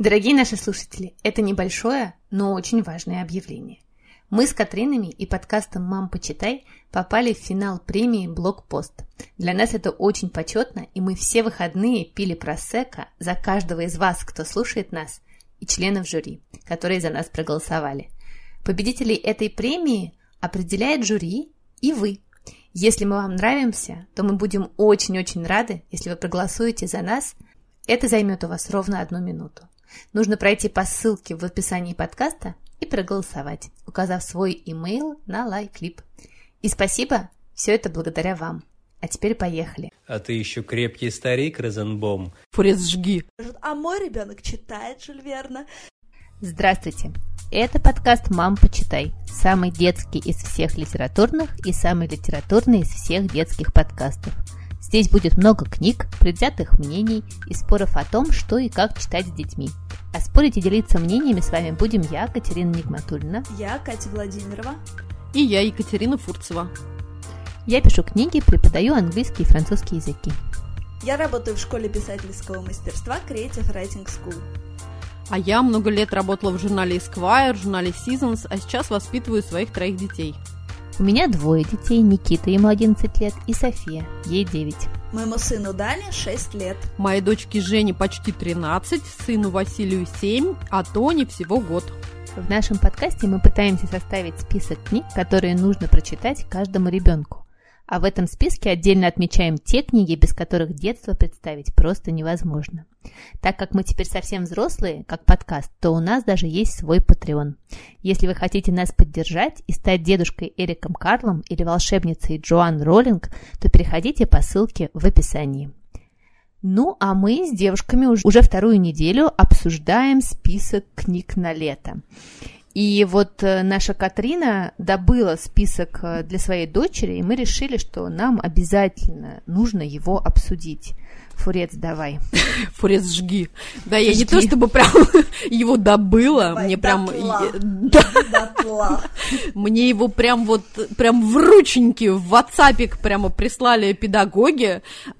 Дорогие наши слушатели, это небольшое, но очень важное объявление. Мы с Катринами и подкастом «Мам, почитай» попали в финал премии «Блогпост». Для нас это очень почетно, и мы все выходные пили просекко за каждого из вас, кто слушает нас, и членов жюри, которые за нас проголосовали. Победителей этой премии определяет жюри и вы. Если мы вам нравимся, то мы будем очень-очень рады, если вы проголосуете за нас. Это займет у вас ровно 1 минуту. Нужно пройти по ссылке в описании подкаста и проголосовать, указав свой имейл на лайклип. И спасибо, все это благодаря вам. А теперь поехали. А ты еще крепкий старик, Розенбом. Фурец, жги. А мой ребенок читает Жюль Верна. Здравствуйте. Это подкаст «Мам, почитай». Самый детский из всех литературных и самый литературный из всех детских подкастов. Здесь будет много книг, предвзятых мнений и споров о том, что и как читать с детьми. А спорить и делиться мнениями с вами будем я, Катерина Нигматульна. Я, Катя Владимирова. И я, Екатерина Фурцева. Я пишу книги, преподаю английский и французский языки. Я работаю в школе писательского мастерства Creative Writing School. А я много лет работала в журнале Esquire, в журнале Seasons, а сейчас воспитываю своих 3 детей. У меня 2 детей, Никита, ему 11 лет, и София, ей 9. Моему сыну Дане 6 лет. Моей дочке Жене почти 13, сыну Василию 7, а Тоне всего год. В нашем подкасте мы пытаемся составить список книг, которые нужно прочитать каждому ребенку. А в этом списке отдельно отмечаем те книги, без которых детство представить просто невозможно. Так как мы теперь совсем взрослые, как подкаст, то у нас даже есть свой Patreon. Если вы хотите нас поддержать и стать дедушкой Эриком Карлом или волшебницей Джоан Роулинг, то переходите по ссылке в описании. Ну, а мы с девушками уже 2-ю неделю обсуждаем список книг на лето. И вот наша Катрина добыла список для своей дочери, и мы решили, что нам обязательно нужно его обсудить. Фурец, давай. Фурец, жги. Да, я не то чтобы прям его добыла, давай, мне прям... Дотла. Мне его прям в рученьки, в WhatsApp прямо прислали педагоги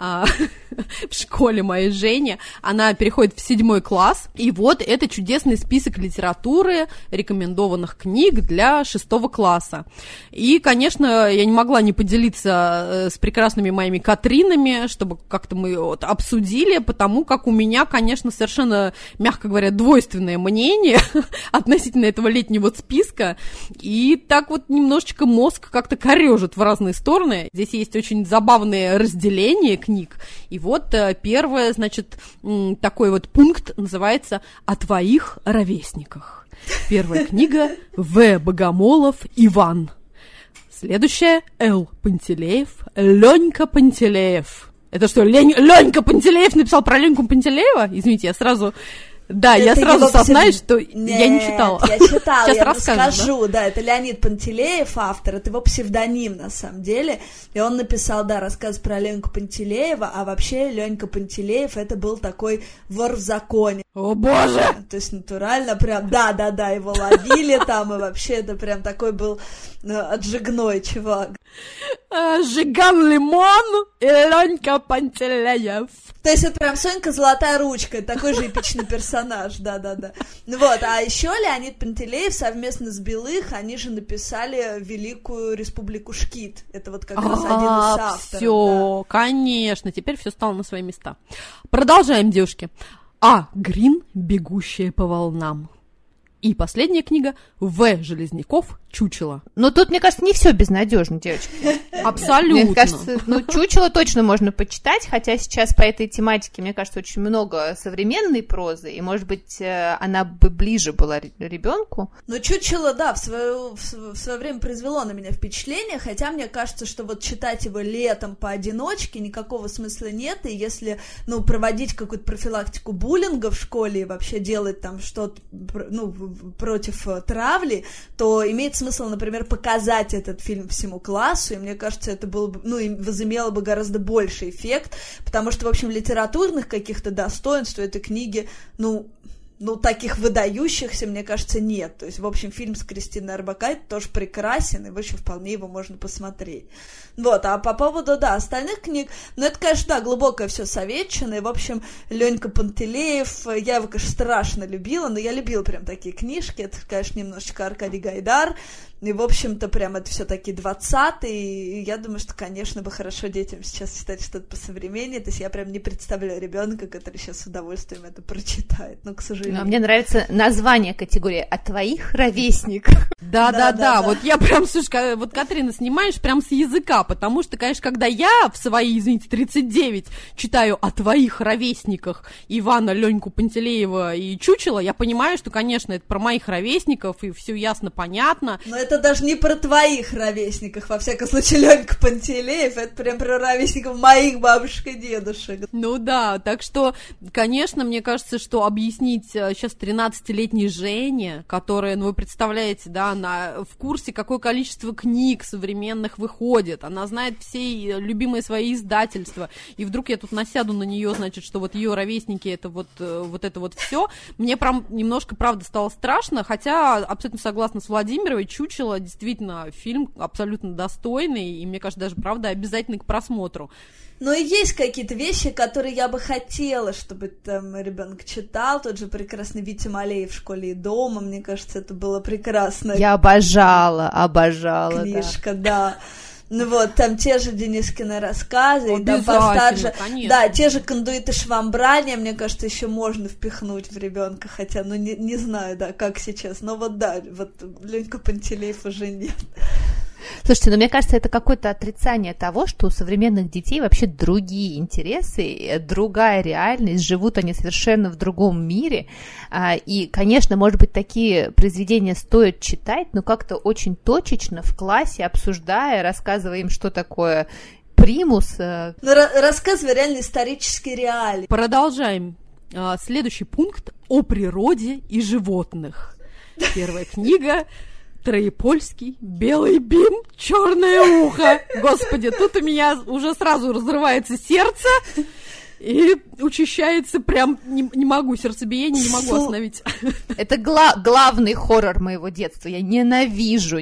в школе моей Жени. Она переходит в 7 класс, и вот это чудесный список литературы, рекомендованных книг для 6 класса. И, конечно, я не могла не поделиться с прекрасными моими Катринами, чтобы как-то мы обсудили, потому как у меня, конечно, совершенно, мягко говоря, двойственное мнение относительно этого летнего списка, и так вот немножечко мозг как-то корежит в разные стороны. Здесь есть очень забавное разделение книг, и вот первое, значит, такой вот пункт называется «О твоих ровесниках». Первая книга В. Богомолов Иван. Следующая Л. Пантелеев Ленька Пантелеев. Это что, Ленька Пантелеев написал про Леньку Пантелеева? Извините, я сразу... Да, это я сразу сознаюсь, что я не читала. Я читала, сейчас я расскажу, да, это Леонид Пантелеев, автор, это его псевдоним на самом деле, и он написал, да, рассказ про Леньку Пантелеева, а вообще Ленька Пантелеев это был такой вор в законе. О боже! То есть натурально прям, да, его ловили там, и вообще это прям такой был отжигной чувак. Жиган Лимон и Ленька Пантелеев. То есть это прям Сонька Золотая Ручка, такой же эпичный персонаж, да. Вот, а еще Леонид Пантелеев совместно с Белых, они же написали Великую Республику Шкит. Это вот как раз один из авторов. Все, да. Конечно, теперь все стало на свои места. Продолжаем, девушки. А. Грин, бегущая по волнам. И последняя книга В. Железняков «Чучело». Но тут, мне кажется, не все безнадежно, девочки. Абсолютно. Мне кажется, «Чучело» точно можно почитать, хотя сейчас по этой тематике, мне кажется, очень много современной прозы, и, может быть, она бы ближе была ребенку. Но «Чучело», да, в свое время произвело на меня впечатление, хотя мне кажется, что вот читать его летом поодиночке никакого смысла нет, и если, проводить какую-то профилактику буллинга в школе и вообще делать там что-то, против травли, то имеет смысл, например, показать этот фильм всему классу, и мне кажется, это было бы, и возымело бы гораздо больший эффект, потому что, в общем, литературных каких-то достоинств у этой книги, таких выдающихся, мне кажется, нет. То есть, в общем, фильм с Кристиной Орбакайте тоже прекрасен, и, в общем, вполне его можно посмотреть. Вот, а по поводу, остальных книг, это, конечно, глубокое все советчина, и, в общем, Ленька Пантелеев, я его, конечно, страшно любила, но я любила прям такие книжки, это, конечно, немножечко Аркадий Гайдар, и, в общем-то, прям это все такие 20-е, и я думаю, что, конечно, бы хорошо детям сейчас читать что-то посовременнее, то есть я прям не представляю ребенка, который сейчас с удовольствием это прочитает, но, к сожалению. Но мне нравится название категории «О твоих ровесниках». Да. Вот я прям, слушай, вот, Катрина, снимаешь прям с языка, потому что, конечно, когда я в свои, 39 читаю о твоих ровесниках Ивана, Леньку Пантелеева и Чучела, я понимаю, что, конечно, это про моих ровесников, и все ясно, понятно. Но это даже не про твоих ровесников, во всяком случае, Ленька Пантелеев, это прям про ровесников моих бабушек и дедушек. Ну да, так что, конечно, мне кажется, что объяснить сейчас 13-летней Жене, которая, вы представляете, она в курсе, какое количество книг современных выходит, она знает все любимые свои издательства, и вдруг я тут насяду на нее, значит, что вот ее ровесники это вот это вот все, мне прям немножко, правда, стало страшно, хотя абсолютно согласна с Владимировой, Чучело действительно фильм абсолютно достойный, и мне кажется, даже, правда, обязательный к просмотру. Но и есть какие-то вещи, которые я бы хотела, чтобы там ребенок читал. Тот же прекрасный Витя Малеев «В школе и дома». Мне кажется, это было прекрасно. Я обожала. Книжка, да. Там те же Денискины рассказы, и там постарше, конечно. Те же Кондуиты Швамбрания, мне кажется, еще можно впихнуть в ребенка, хотя, не знаю, как сейчас, но Ленька Пантелеев уже нет. Слушайте, мне кажется, это какое-то отрицание того, что у современных детей вообще другие интересы, другая реальность, живут они совершенно в другом мире, и, конечно, может быть, такие произведения стоит читать, но как-то очень точечно в классе, обсуждая, рассказывая им, что такое примус. Рассказывая реально исторические реалии. Продолжаем. Следующий пункт о природе и животных. Первая книга. Троепольский, белый бим, черное ухо. Господи, тут у меня уже сразу разрывается сердце и учащается прям, не могу, сердцебиение не могу остановить. Это главный хоррор моего детства. Я ненавижу.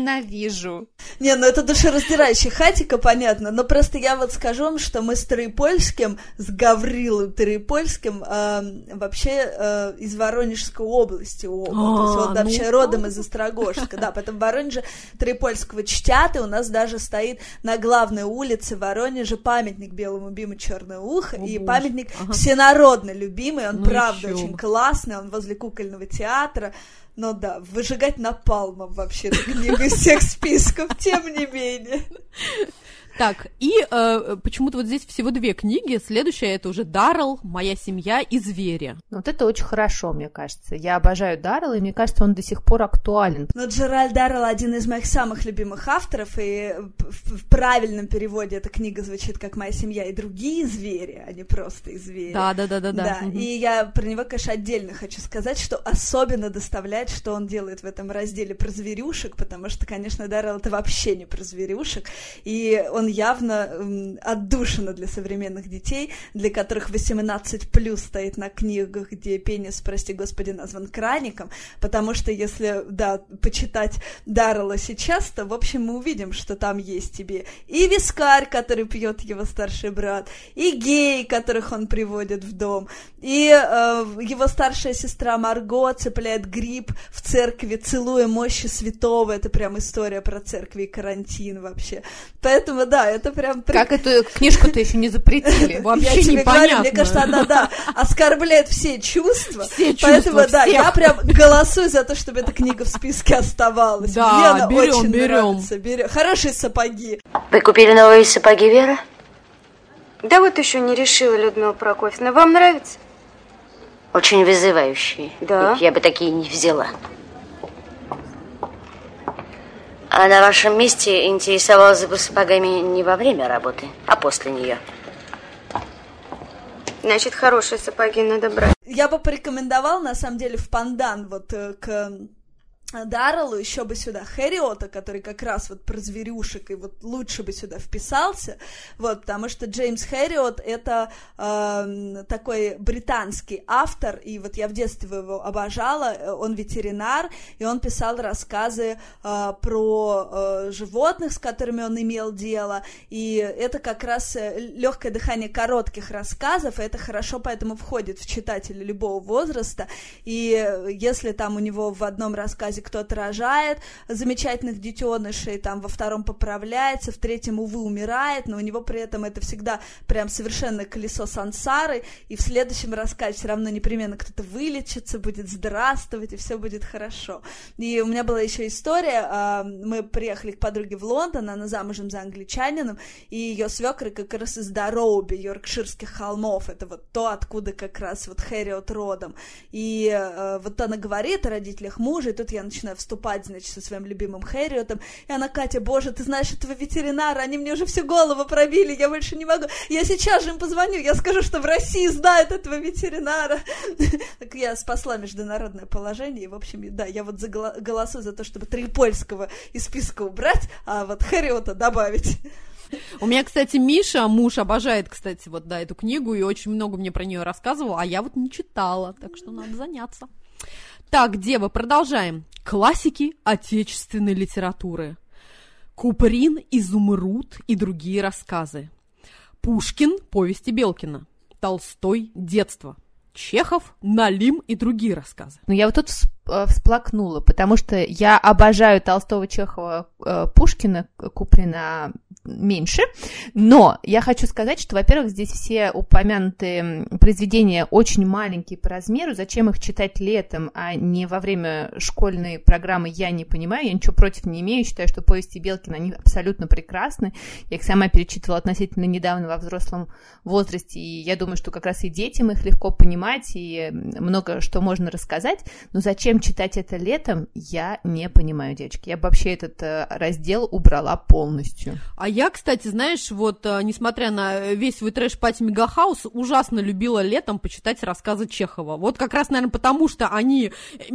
Это душераздирающий, Хатика, понятно, но просто я скажу вам, что мы с Троепольским, с Гаврилой Троепольским вообще из Воронежской области оба. То есть вообще родом из Острогожска, поэтому в Воронеже Троепольского чтят, и у нас даже стоит на главной улице Воронежа памятник белому биму черное ухо, и памятник всенародно любимый, он правда очень классный, он возле кукольного театра. Но выжигать напалмом вообще книгу из всех списков, тем не менее. Так, и почему-то вот здесь всего 2 книги. Следующая — это уже Даррелл, «Моя семья и звери». Вот это очень хорошо, мне кажется. Я обожаю Даррелла, и мне кажется, он до сих пор актуален. Но Джеральд Даррелл — один из моих самых любимых авторов, и в правильном переводе эта книга звучит как «Моя семья и другие звери», а не просто «И звери». Да. И я про него, конечно, отдельно хочу сказать, что особенно доставляет, что он делает в этом разделе про зверюшек, потому что, конечно, Даррелл — это вообще не про зверюшек, и он явно отдушина для современных детей, для которых 18+ стоит на книгах, где пенис, прости господи, назван краником, потому что если, почитать Даррелла сейчас, то, в общем, мы увидим, что там есть тебе и вискарь, который пьет его старший брат, и гей, которых он приводит в дом, и его старшая сестра Марго цепляет гриб в церкви, целуя мощи святого. Это прям история про церкви и карантин вообще. Поэтому, это прям... Как эту книжку-то еще не запретили? Вообще непонятно. Мне кажется, она, оскорбляет все чувства. Поэтому, я прям голосую за то, чтобы эта книга в списке оставалась. Мне она очень нравится. Хорошие сапоги. Вы купили новые сапоги, Вера? Да вот еще не решила, Людмила Прокофьевна. Вам нравится? Очень вызывающие. Да. Я бы такие не взяла. А на вашем месте интересовалась бы сапогами не во время работы, а после нее. Значит, хорошие сапоги надо брать. Я бы порекомендовала, на самом деле, в пандан к Дарреллу, еще бы сюда Хэриота, который как раз вот про зверюшек, и вот лучше бы сюда вписался, вот, потому что Джеймс Хэриот — это такой британский автор, и вот я в детстве его обожала, он ветеринар, и он писал рассказы про животных, с которыми он имел дело, и это как раз легкое дыхание коротких рассказов, и это хорошо поэтому входит в читателя любого возраста, и если там у него в одном рассказе кто-то рожает замечательных детенышей, там во втором поправляется, в третьем, увы, умирает, но у него при этом это всегда прям совершенно колесо сансары, и в следующем рассказе все равно непременно кто-то вылечится, будет здравствовать, и все будет хорошо. И у меня была еще история, мы приехали к подруге в Лондон, она замужем за англичанином, и ее свекры как раз из Дарроуби, йоркширских холмов, это вот то, откуда как раз вот Хэриот родом, и вот она говорит о родителях мужа, и тут я начинаю вступать, значит, со своим любимым Хэриотом, и она: Катя, боже, ты знаешь этого ветеринара, они мне уже всю голову пробили, я больше не могу, я сейчас же им позвоню, я скажу, что в России знают этого ветеринара. Так я спасла международное положение, и, в общем, да, я вот голосую за то, чтобы Троепольского из списка убрать, а вот Хэриота добавить. У меня, кстати, Миша, муж, обожает, кстати, вот, да, эту книгу, и очень много мне про нее рассказывал, а я вот не читала, так что надо заняться. Так, девы, продолжаем. Классики отечественной литературы. Куприн, Изумруд и другие рассказы. Пушкин, повести Белкина. Толстой, детство. Чехов, Налим и другие рассказы. Ну, я вот тут всплакнула, потому что я обожаю Толстого, Чехова, Пушкина, Куприна меньше, но я хочу сказать, что, во-первых, здесь все упомянутые произведения очень маленькие по размеру, зачем их читать летом, а не во время школьной программы, я не понимаю, я ничего против не имею, считаю, что повести Белкина, они абсолютно прекрасны, я их сама перечитывала относительно недавно во взрослом возрасте, и я думаю, что как раз и детям их легко понимать, и много что можно рассказать, но зачем читать это летом, я не понимаю, девочки, я бы вообще этот раздел убрала полностью. А я, кстати, знаешь, вот, несмотря на весь свой трэш-пати Мегахаус, ужасно любила летом почитать рассказы Чехова. Вот как раз, наверное, потому что они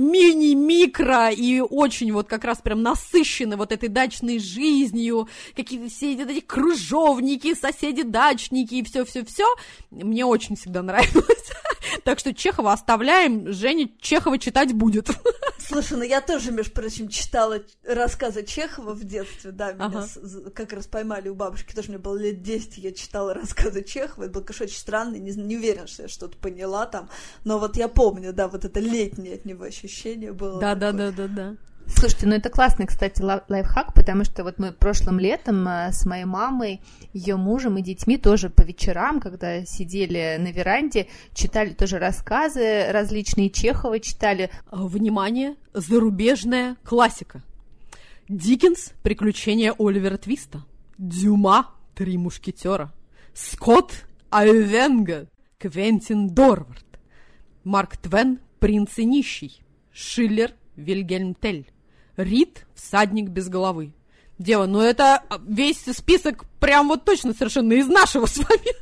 мини-микро и очень вот как раз прям насыщены вот этой дачной жизнью, какие-то все эти кружовники, соседи-дачники и все-все-все. Мне очень всегда нравилось. Так что Чехова оставляем, Женя Чехова читать будет. Слушай, ну я тоже, между прочим, читала рассказы Чехова в детстве, да, меня как раз поймали у бабушки, тоже мне было лет 10, я читала рассказы Чехова, это было, конечно, очень странно, не уверена, что я что-то поняла там, но вот я помню, да, вот это летнее от него ощущение было. Да. Слушайте, ну это классный, кстати, лайфхак, потому что вот мы прошлым летом с моей мамой, ее мужем и детьми тоже по вечерам, когда сидели на веранде, читали тоже рассказы различные, Чехова читали. Внимание, зарубежная классика. Диккенс «Приключения Оливера Твиста», Дюма «Три мушкетера», Скотт Айвенго «Квентин Дорвард», Марк Твен «Принц и нищий», Шиллер Вильгельм Тель, Рид «Всадник без головы». Дева, ну это весь список прям вот точно совершенно из нашего с вами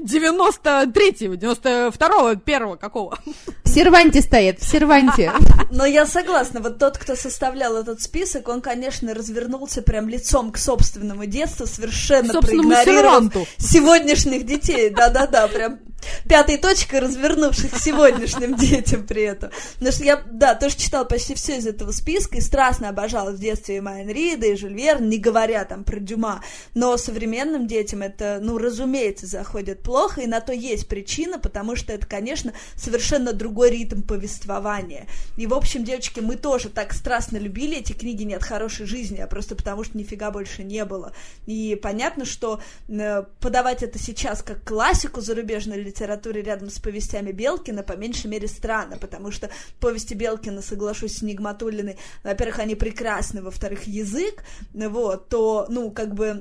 93-го, 92-го, 1-го, какого? В серванте стоит, в серванте. Но я согласна, вот тот, кто составлял этот список, он, конечно, развернулся прям лицом к собственному детству, совершенно проигнорировав сегодняшних детей. Да-да-да, прям пятой точкой развернувшись к сегодняшним детям при этом. Потому что я, да, тоже читала почти все из этого списка и страстно обожала в детстве и Майн Рида, и Жюль Верн, не говоря там про Дюма, но современным детям это, ну, разумеется, заходит плохо, и на то есть причина, потому что это, конечно, совершенно другой ритм повествования. И, в общем, девочки, мы тоже так страстно любили эти книги не от хорошей жизни, а просто потому, что нифига больше не было. И понятно, что подавать это сейчас как классику зарубежной литературы рядом с повестями Белкина по меньшей мере странно, потому что повести Белкина, соглашусь с Нигматуллиной, во-первых, они прекрасны, во-вторых, язык, вот, то, ну, как бы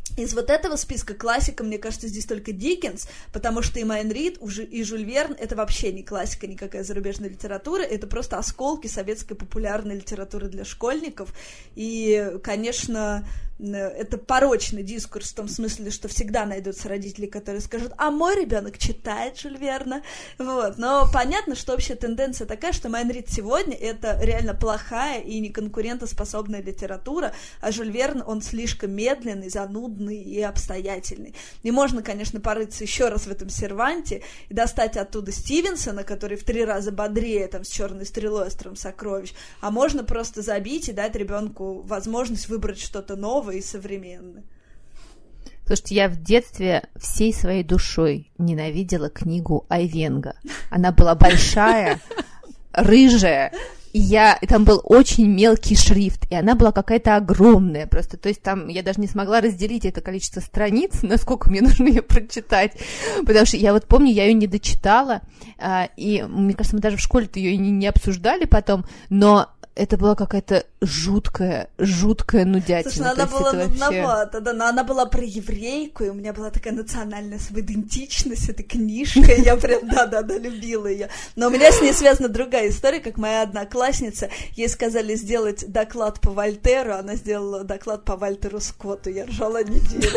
Из вот этого списка классика, мне кажется, здесь только Диккенс, потому что и Майн Рид, и Жюль Верн — это вообще не классика никакая зарубежной литературы, это просто осколки советской популярной литературы для школьников. И, конечно, это порочный дискурс в том смысле, что всегда найдутся родители, которые скажут: а мой ребенок читает Жюль Верна. Вот. Но понятно, что общая тенденция такая, что Майн Рид сегодня — это реально плохая и неконкурентоспособная литература, а Жюль Верн, он слишком медленный, занудный и обстоятельный. И можно, конечно, порыться еще раз в этом серванте и достать оттуда Стивенсона, который в 3 раза бодрее, там, с «Черной стрелой», «Островом сокровищ», а можно просто забить и дать ребенку возможность выбрать что-то новое и современное. Слушайте, я в детстве всей своей душой ненавидела книгу Айвенго. Она была большая, рыжая, и там был очень мелкий шрифт, и она была какая-то огромная просто, то есть там я даже не смогла разделить это количество страниц, насколько мне нужно ее прочитать, потому что я вот помню, я ее не дочитала, и мне кажется, мы даже в школе-то ее не обсуждали потом, но это была какая-то жуткая нудятина. Слушай, она была нудновата, да, но она была про еврейку, и у меня была такая национальная идентичность этой книжкой, я прям, да, любила ее. Но у меня с ней связана другая история, как моя одноклассница, ей сказали сделать доклад по Вольтеру, она сделала доклад по Вальтеру Скотту, я ржала неделю.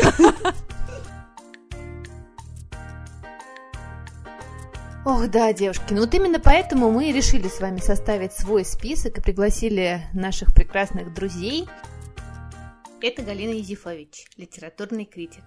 Ох, да, девушки, ну вот именно поэтому мы решили с вами составить свой список и пригласили наших прекрасных друзей. Это Галина Юзефович, литературный критик.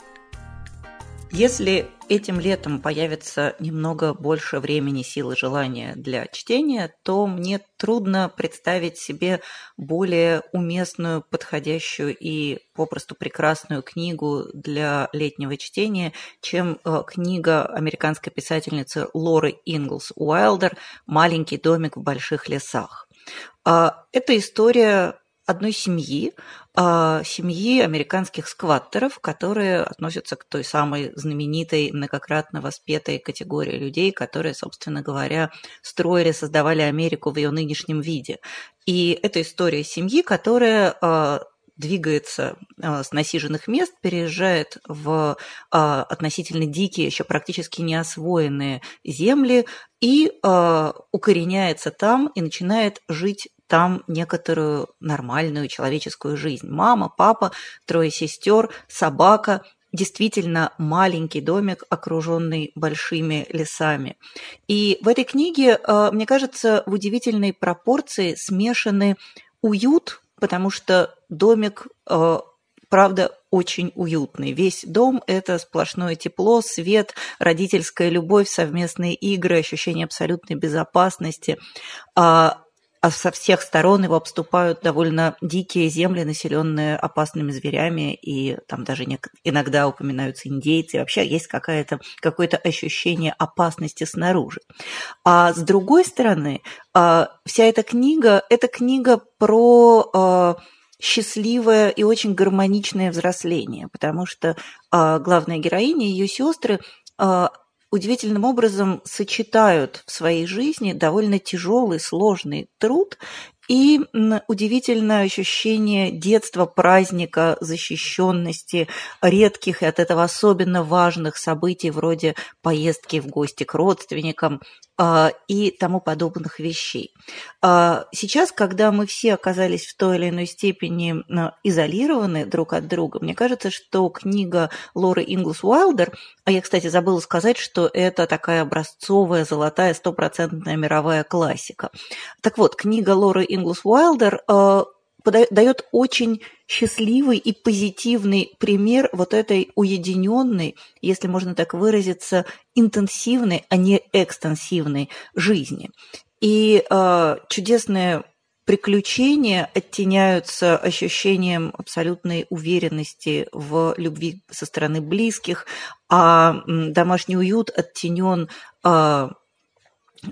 Если этим летом появится немного больше времени, силы, желания для чтения, то мне трудно представить себе более уместную, подходящую и попросту прекрасную книгу для летнего чтения, чем книга американской писательницы Лоры Инглс Уайлдер «Маленький домик в больших лесах». Это история одной семьи американских скваттеров, которые относятся к той самой знаменитой, многократно воспетой категории людей, которые, собственно говоря, строили, создавали Америку в ее нынешнем виде. И это история семьи, которая двигается с насиженных мест, переезжает в относительно дикие, еще практически неосвоенные земли и укореняется там и начинает жить там некоторую нормальную человеческую жизнь. Мама, папа, 3 сестер, собака, действительно маленький домик, окруженный большими лесами. И в этой книге, мне кажется, в удивительной пропорции смешаны уют, потому что домик, правда, очень уютный. Весь дом – это сплошное тепло, свет, родительская любовь, совместные игры, ощущение абсолютной безопасности. А со всех сторон его обступают довольно дикие земли, населенные опасными зверями, и там даже иногда упоминаются индейцы. И вообще есть какое-то ощущение опасности снаружи. А с другой стороны, вся эта книга – это книга про счастливое и очень гармоничное взросление, потому что главная героиня и ее сестры удивительным образом сочетают в своей жизни довольно тяжелый, сложный труд и удивительное ощущение детства, праздника, защищенности, редких и от этого особенно важных событий вроде поездки в гости к родственникам и тому подобных вещей. Сейчас, когда мы все оказались в той или иной степени изолированы друг от друга, мне кажется, что книга Лоры Инглс Уайлдер, а я, кстати, забыла сказать, что это такая образцовая, золотая, 100% мировая классика. Так вот, книга Лоры Инглс Уайлдер дает очень счастливый и позитивный пример вот этой уединенной, если можно так выразиться, интенсивной, а не экстенсивной жизни. И чудесные приключения оттеняются ощущением абсолютной уверенности в любви со стороны близких, а домашний уют оттенен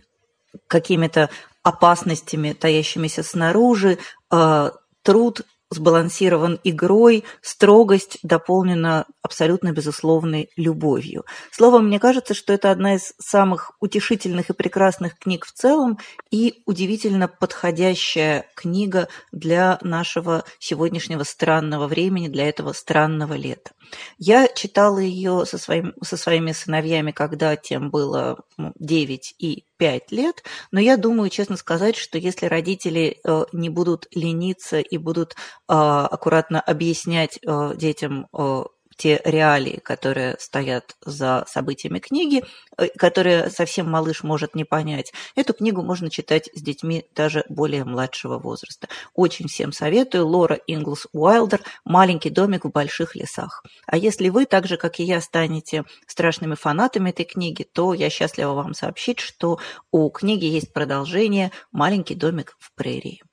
какими-то опасностями, таящимися снаружи, труд сбалансирован игрой, строгость дополнена абсолютно безусловной любовью. Словом, мне кажется, что это одна из самых утешительных и прекрасных книг в целом и удивительно подходящая книга для нашего сегодняшнего странного времени, для этого странного лета. Я читала ее со своими сыновьями, когда тем было 9 и 5 лет, но я думаю, честно сказать, что если родители не будут лениться и будут аккуратно объяснять детям те реалии, которые стоят за событиями книги, которые совсем малыш может не понять, эту книгу можно читать с детьми даже более младшего возраста. Очень всем советую. Лора Инглс Уайлдер «Маленький домик в больших лесах». А если вы, так же, как и я, станете страшными фанатами этой книги, то я счастлива вам сообщить, что у книги есть продолжение «Маленький домик в прерии».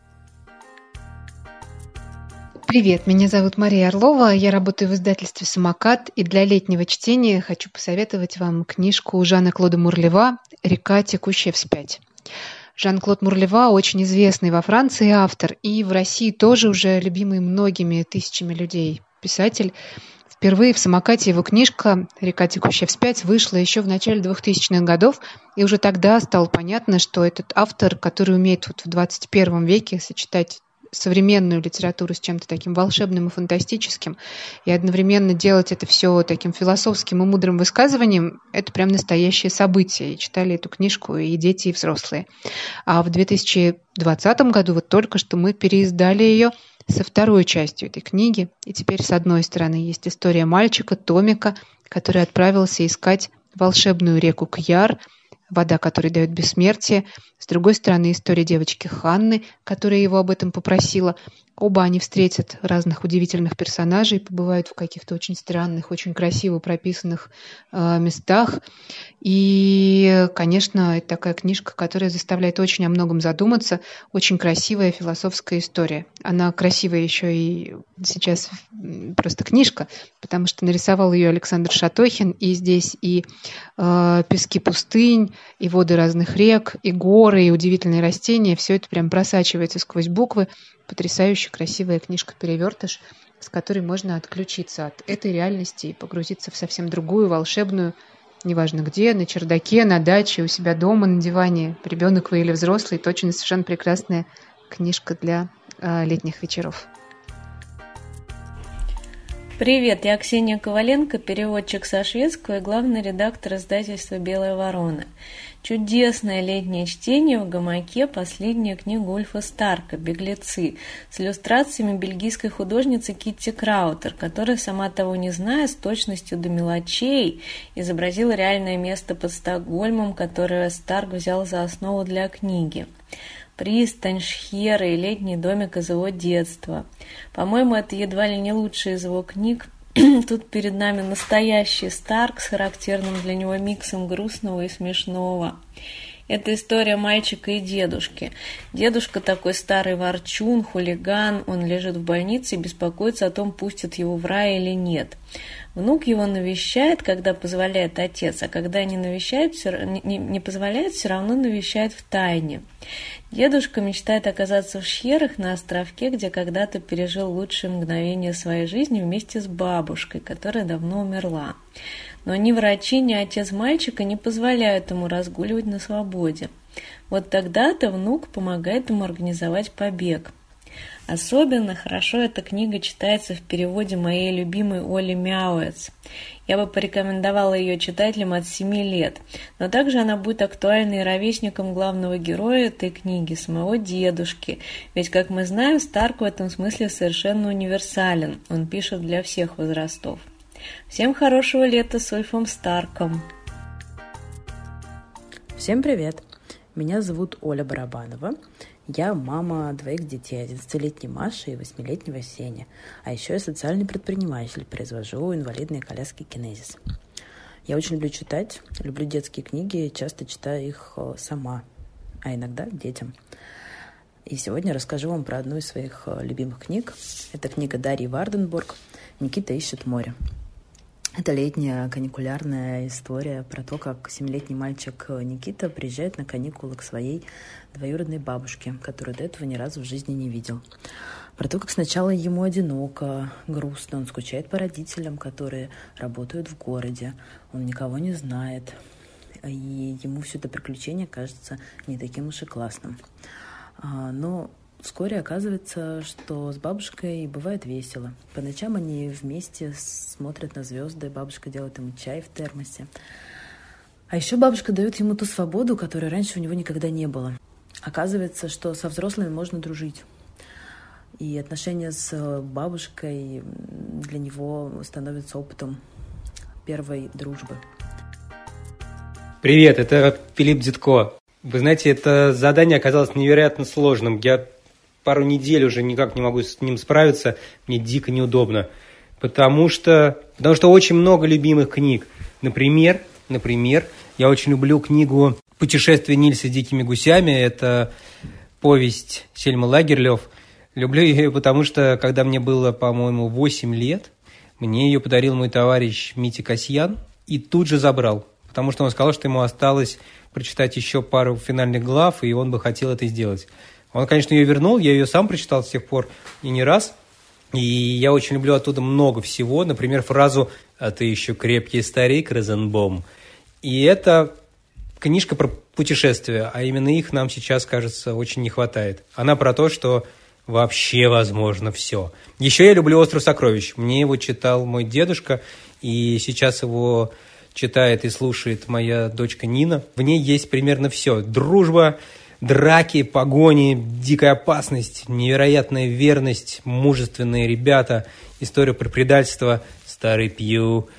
Привет, меня зовут Мария Орлова, я работаю в издательстве «Самокат», и для летнего чтения хочу посоветовать вам книжку Жана-Клода Мурлева «Река, текущая вспять». Жан-Клод Мурлева очень известный во Франции автор, и в России тоже уже любимый многими тысячами людей писатель. Впервые в «Самокате» его книжка «Река, текущая вспять» вышла еще в начале 2000-х годов, и уже тогда стало понятно, что этот автор, который умеет в 21 веке сочетать современную литературу с чем-то таким волшебным и фантастическим, и одновременно делать это все таким философским и мудрым высказыванием, это прям настоящее событие. И читали эту книжку и дети, и взрослые. А в 2020 году вот только что мы переиздали ее со второй частью этой книги. И теперь, с одной стороны, есть история мальчика Томика, который отправился искать волшебную реку Кьяр, вода, которая дает бессмертие. С другой стороны, история девочки Ханны, которая его об этом попросила. Оба они встретят разных удивительных персонажей, побывают в каких-то очень странных, очень красиво прописанных местах. И, конечно, это такая книжка, которая заставляет очень о многом задуматься. Очень красивая философская история. Она красивая еще и сейчас просто книжка, потому что нарисовал ее Александр Шатохин. И здесь и пески пустынь, и воды разных рек, и горы, и удивительные растения. Все это прям просачивается сквозь буквы. Потрясающе красивая книжка-перевертыш, с которой можно отключиться от этой реальности и погрузиться в совсем другую, волшебную, неважно где, на чердаке, на даче, у себя дома, на диване, ребенок вы или взрослый, точно совершенно прекрасная книжка для летних вечеров. Привет, я Ксения Коваленко, переводчик со шведского и главный редактор издательства «Белая ворона». Чудесное летнее чтение в гамаке, последняя книга Ульфа Старка «Беглецы» с иллюстрациями бельгийской художницы Китти Краутер, которая, сама того не зная, с точностью до мелочей изобразила реальное место под Стокгольмом, которое Старк взял за основу для книги. Пристань, шхеры и летний домик из его детства. По-моему, это едва ли не лучшая из его книг. Тут перед нами настоящий Старк с характерным для него миксом грустного и смешного. Это история мальчика и дедушки. Дедушка такой старый ворчун, хулиган, он лежит в больнице и беспокоится о том, пустят его в рай или нет. Внук его навещает, когда позволяет отец, а когда не позволяет, все равно навещает в тайне. Дедушка мечтает оказаться в шхерах на островке, где когда-то пережил лучшие мгновения своей жизни вместе с бабушкой, которая давно умерла. Но ни врачи, ни отец мальчика не позволяют ему разгуливать на свободе. Вот тогда-то внук помогает ему организовать побег. Особенно хорошо эта книга читается в переводе моей любимой Оли Мяуэц. Я бы порекомендовала ее читателям от 7 лет, но также она будет актуальна и ровесникам главного героя этой книги, самого дедушки. Ведь, как мы знаем, Старк в этом смысле совершенно универсален, он пишет для всех возрастов. Всем хорошего лета с Ульфом Старком! Всем привет! Меня зовут Оля Барабанова. Я мама 2 детей, 11-летней Маши и 8-летнего Сени. А еще я социальный предприниматель, произвожу инвалидные коляски Kinesis. Я очень люблю читать, люблю детские книги, часто читаю их сама, а иногда детям. И сегодня расскажу вам про одну из своих любимых книг. Это книга Дарьи Варденбург «Никита ищет море». Это летняя каникулярная история про то, как 7-летний мальчик Никита приезжает на каникулы к своей двоюродной бабушке, которую до этого ни разу в жизни не видел. Про то, как сначала ему одиноко, грустно, он скучает по родителям, которые работают в городе, он никого не знает, и ему все это приключение кажется не таким уж и классным. Но вскоре оказывается, что с бабушкой бывает весело. По ночам они вместе смотрят на звезды, бабушка делает ему чай в термосе. А еще бабушка дает ему ту свободу, которой раньше у него никогда не было. Оказывается, что со взрослыми можно дружить. И отношения с бабушкой для него становятся опытом первой дружбы. Привет, это Филипп Дзитко. Вы знаете, это задание оказалось невероятно сложным. Я пару недель уже никак не могу с ним справиться. Мне дико неудобно. Потому что очень много любимых книг. Например, я очень люблю книгу «Путешествие Нильса с дикими гусями». Это повесть Сельмы Лагерлёв. Люблю ее, потому что, когда мне было, по-моему, 8 лет, мне ее подарил мой товарищ Митя Касьян и тут же забрал. Потому что он сказал, что ему осталось прочитать еще пару финальных глав, и он бы хотел это сделать. Он, конечно, ее вернул, я ее сам прочитал с тех пор и не раз. И я очень люблю оттуда много всего. Например, фразу «А ты еще крепкий старик, Розенбом». И это книжка про путешествия, а именно их нам сейчас, кажется, очень не хватает. Она про то, что вообще возможно все. Еще я люблю «Остров сокровищ». Мне его читал мой дедушка, и сейчас его читает и слушает моя дочка Нина. В ней есть примерно все. Дружба, драки, погони, дикая опасность, невероятная верность, мужественные ребята, история про предательство, старый Пью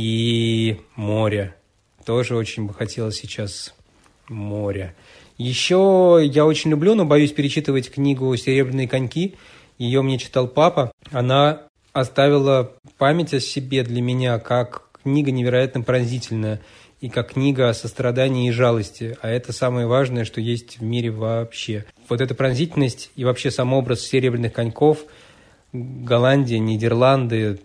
и море. Тоже очень бы хотелось сейчас море. Еще я очень люблю, но боюсь перечитывать книгу «Серебряные коньки». Ее мне читал папа. Она оставила память о себе для меня как книга невероятно пронзительная и как книга о сострадании и жалости. А это самое важное, что есть в мире вообще. Вот эта пронзительность и вообще сам образ серебряных коньков, Голландия, Нидерланды,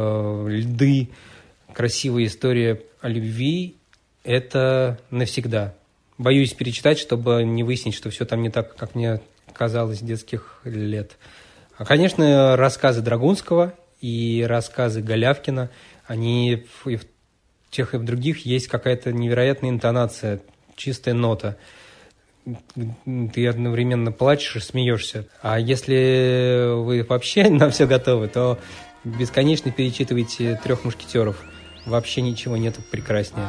льды, красивая история о любви – это навсегда. Боюсь перечитать, чтобы не выяснить, что все там не так, как мне казалось с детских лет. А, конечно, рассказы Драгунского и рассказы Голявкина, они и в тех, и в других есть какая-то невероятная интонация, чистая нота. Ты одновременно плачешь и смеешься. А если вы вообще на все готовы, то бесконечно перечитывайте «Трех мушкетеров». Вообще ничего нету прекраснее.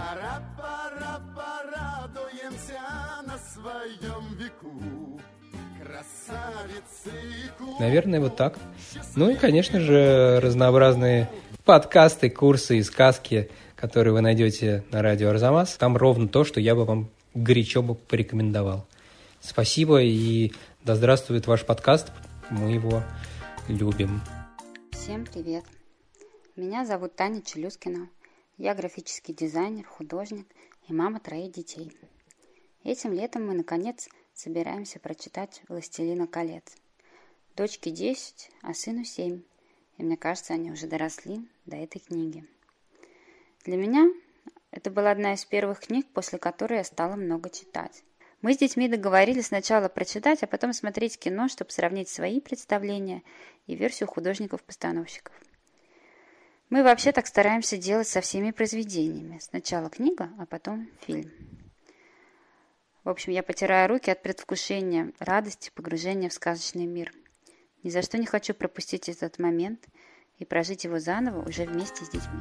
Наверное, вот так. Ну и, конечно же, разнообразные подкасты, курсы и сказки, которые вы найдете на радио Арзамас. Там ровно то, что я бы вам горячо бы порекомендовал. Спасибо и да здравствует ваш подкаст. Мы его любим. Всем привет. Меня зовут Таня Челюскина. Я графический дизайнер, художник и мама 3 детей. Этим летом мы, наконец, собираемся прочитать «Властелина колец». Дочке 10, а сыну 7. И мне кажется, они уже доросли до этой книги. Для меня это была одна из первых книг, после которой я стала много читать. Мы с детьми договорились сначала прочитать, а потом смотреть кино, чтобы сравнить свои представления и версию художников-постановщиков. Мы вообще так стараемся делать со всеми произведениями. Сначала книга, а потом фильм. В общем, я потираю руки от предвкушения, радости, погружения в сказочный мир. Ни за что не хочу пропустить этот момент и прожить его заново уже вместе с детьми.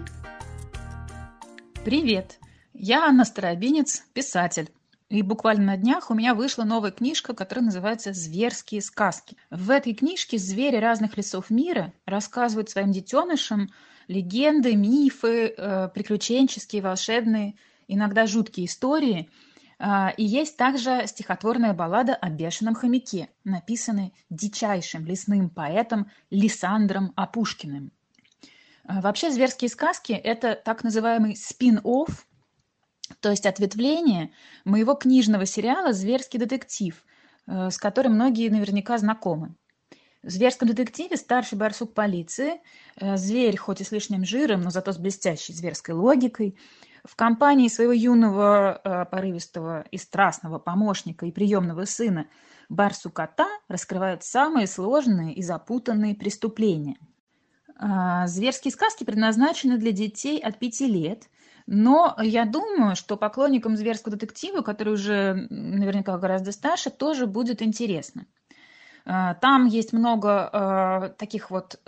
Привет! Я Анна Старобинец, писатель. И буквально на днях у меня вышла новая книжка, которая называется «Зверские сказки». В этой книжке звери разных лесов мира рассказывают своим детенышам легенды, мифы, приключенческие, волшебные, иногда жуткие истории. И есть также стихотворная баллада о бешеном хомяке, написанная дичайшим лесным поэтом Лисандром Апушкиным. Вообще «Зверские сказки» — это так называемый спин-офф, то есть ответвление моего книжного сериала «Зверский детектив», с которым многие наверняка знакомы. В «Зверском детективе» старший барсук полиции, зверь хоть и с лишним жиром, но зато с блестящей зверской логикой, в компании своего юного, порывистого и страстного помощника и приемного сына барсукота раскрывает самые сложные и запутанные преступления. Зверские сказки предназначены для детей от 5 лет, но я думаю, что поклонникам зверского детектива, которые уже наверняка гораздо старше, тоже будет интересно. Там есть много таких вот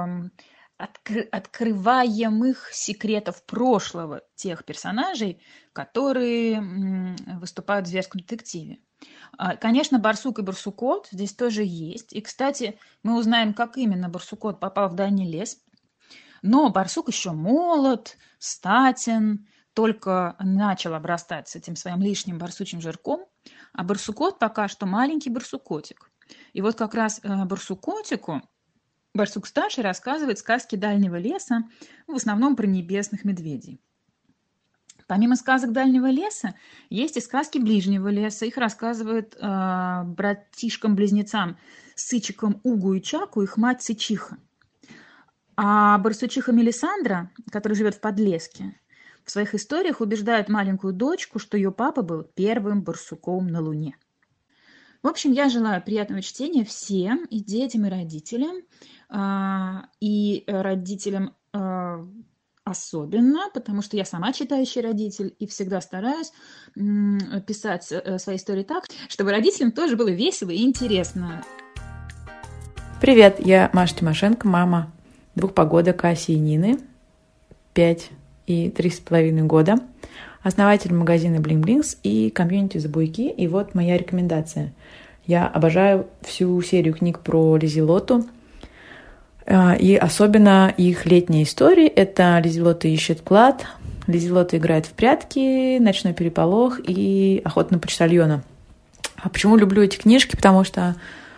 открываемых секретов прошлого тех персонажей, которые выступают в зверском детективе. Конечно, барсук и барсукот здесь тоже есть. И, кстати, мы узнаем, как именно барсукот попал в дальний лес. Но барсук еще молод, статен, только начал обрастать с этим своим лишним барсучим жирком, а барсукот пока что маленький барсукотик. И вот как раз барсукотику барсук-старший рассказывает сказки дальнего леса, в основном про небесных медведей. Помимо сказок дальнего леса, есть и сказки ближнего леса. Их рассказывают братишкам-близнецам Сычикам Угу и Чаку их мать Сычиха. А барсучиха Мелисандра, которая живет в подлеске, в своих историях убеждает маленькую дочку, что ее папа был первым барсуком на Луне. В общем, я желаю приятного чтения всем, и детям, и родителям. И родителям особенно, потому что я сама читающий родитель и всегда стараюсь писать свои истории так, чтобы родителям тоже было весело и интересно. Привет, я Маша Тимошенко, мама 2 погодок Аси и Нины, 5 и 3,5 года, основатель магазина Bling Blings и комьюнити «За буйки». И вот моя рекомендация. Я обожаю всю серию книг про Лизелоту, и особенно их летние истории. Это Лизелота ищет клад, Лизелота играет в прятки, Ночной переполох и Охота на почтальона. А почему люблю эти книжки? Потому что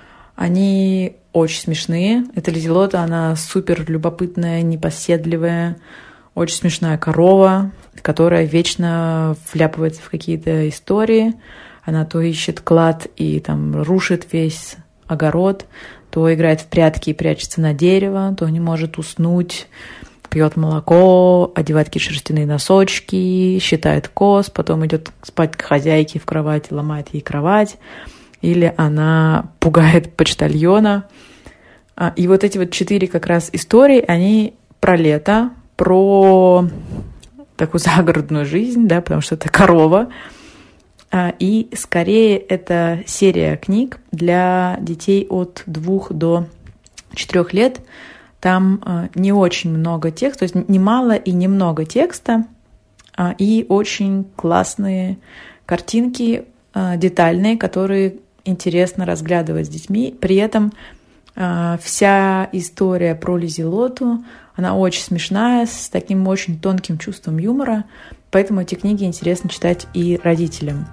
они очень смешные. Эта Лизелота, она супер любопытная, непоседливая, очень смешная корова, которая вечно вляпывается в какие-то истории. Она то ищет клад и там рушит весь огород, то играет в прятки и прячется на дерево, то не может уснуть, пьет молоко, одевает какие-то шерстяные носочки, считает коз, потом идет спать к хозяйке в кровать, ломает ей кровать, или она пугает почтальона. И вот эти вот 4 как раз истории, они про лето, про такую загородную жизнь, да, потому что это корова. И скорее это серия книг для детей от 2 до 4 лет. Там не очень много текста, то есть не мало и немного текста, и очень классные картинки, детальные, которые интересно разглядывать с детьми. При этом вся история про Лизелоту, она очень смешная, с таким очень тонким чувством юмора, поэтому эти книги интересно читать и родителям.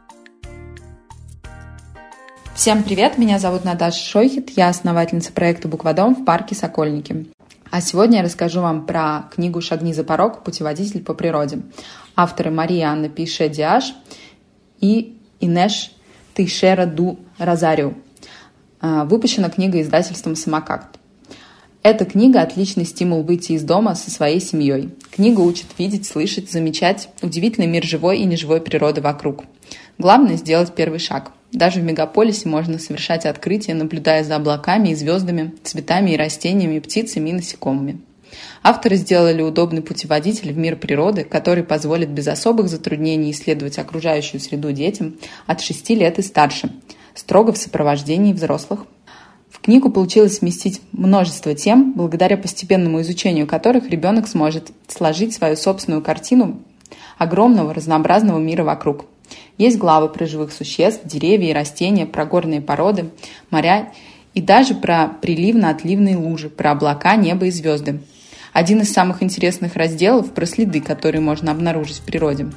Всем привет, меня зовут Наташа Шойхет, я основательница проекта «Букводом» в парке Сокольники. А сегодня я расскажу вам про книгу «Шагни за порог. Путеводитель по природе». Авторы Мария Анна Пейше-Диаш и Инеш Тейшера ду Розарио. Выпущена книга издательством «Самокат». Эта книга – отличный стимул выйти из дома со своей семьей. Книга учит видеть, слышать, замечать удивительный мир живой и неживой природы вокруг. Главное – сделать первый шаг. Даже в мегаполисе можно совершать открытия, наблюдая за облаками и звездами, цветами и растениями, птицами и насекомыми. Авторы сделали удобный путеводитель в мир природы, который позволит без особых затруднений исследовать окружающую среду детям от 6 лет и старше, строго в сопровождении взрослых. В книгу получилось вместить множество тем, благодаря постепенному изучению которых ребенок сможет сложить свою собственную картину огромного разнообразного мира вокруг. Есть главы про живых существ, деревья и растения, про горные породы, моря и даже про приливно-отливные лужи, про облака, небо и звезды. Один из самых интересных разделов про следы, которые можно обнаружить в природе.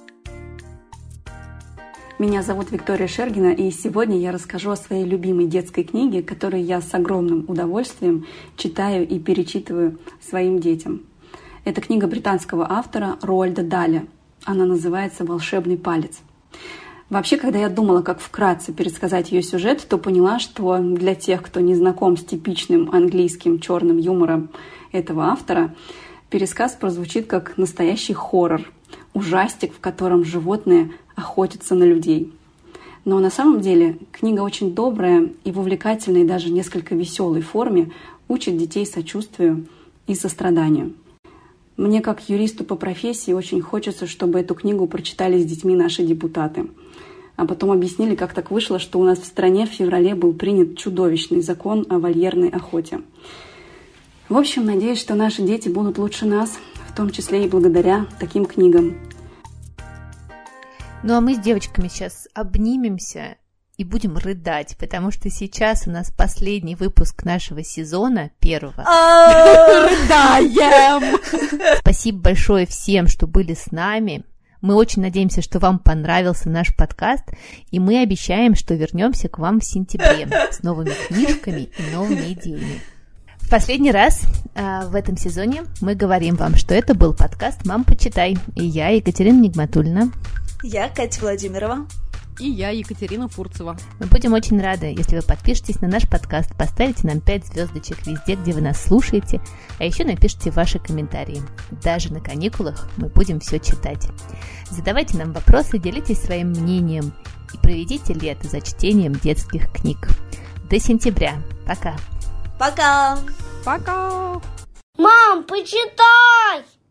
Меня зовут Виктория Шергина, и сегодня я расскажу о своей любимой детской книге, которую я с огромным удовольствием читаю и перечитываю своим детям. Это книга британского автора Роальда Даля. Она называется «Волшебный палец». Вообще, когда я думала, как вкратце пересказать ее сюжет, то поняла, что для тех, кто не знаком с типичным английским черным юмором этого автора, пересказ прозвучит как настоящий хоррор, ужастик, в котором животные охотятся на людей. Но на самом деле книга очень добрая и в увлекательной, даже несколько веселой форме учит детей сочувствию и состраданию. Мне, как юристу по профессии, очень хочется, чтобы эту книгу прочитали с детьми наши депутаты. А потом объяснили, как так вышло, что у нас в стране в феврале был принят чудовищный закон о вольерной охоте. В общем, надеюсь, что наши дети будут лучше нас, в том числе и благодаря таким книгам. Ну а мы с девочками сейчас обнимемся и будем рыдать, потому что сейчас у нас последний выпуск нашего сезона, первого. Рыдаем! Спасибо большое всем, что были с нами. Мы очень надеемся, что вам понравился наш подкаст, и мы обещаем, что вернемся к вам в сентябре с новыми книжками и новыми идеями. В последний раз в этом сезоне мы говорим вам, что это был подкаст «Мам, почитай». И я, Екатерина Нигматульна. Я, Катя Владимирова. И я, Екатерина Фурцева. Мы будем очень рады, если вы подпишетесь на наш подкаст, поставите нам 5 звездочек везде, где вы нас слушаете, а еще напишите ваши комментарии. Даже на каникулах мы будем все читать. Задавайте нам вопросы, делитесь своим мнением и проведите лето за чтением детских книг. До сентября. Пока. Пока. Пока. Мам, почитай!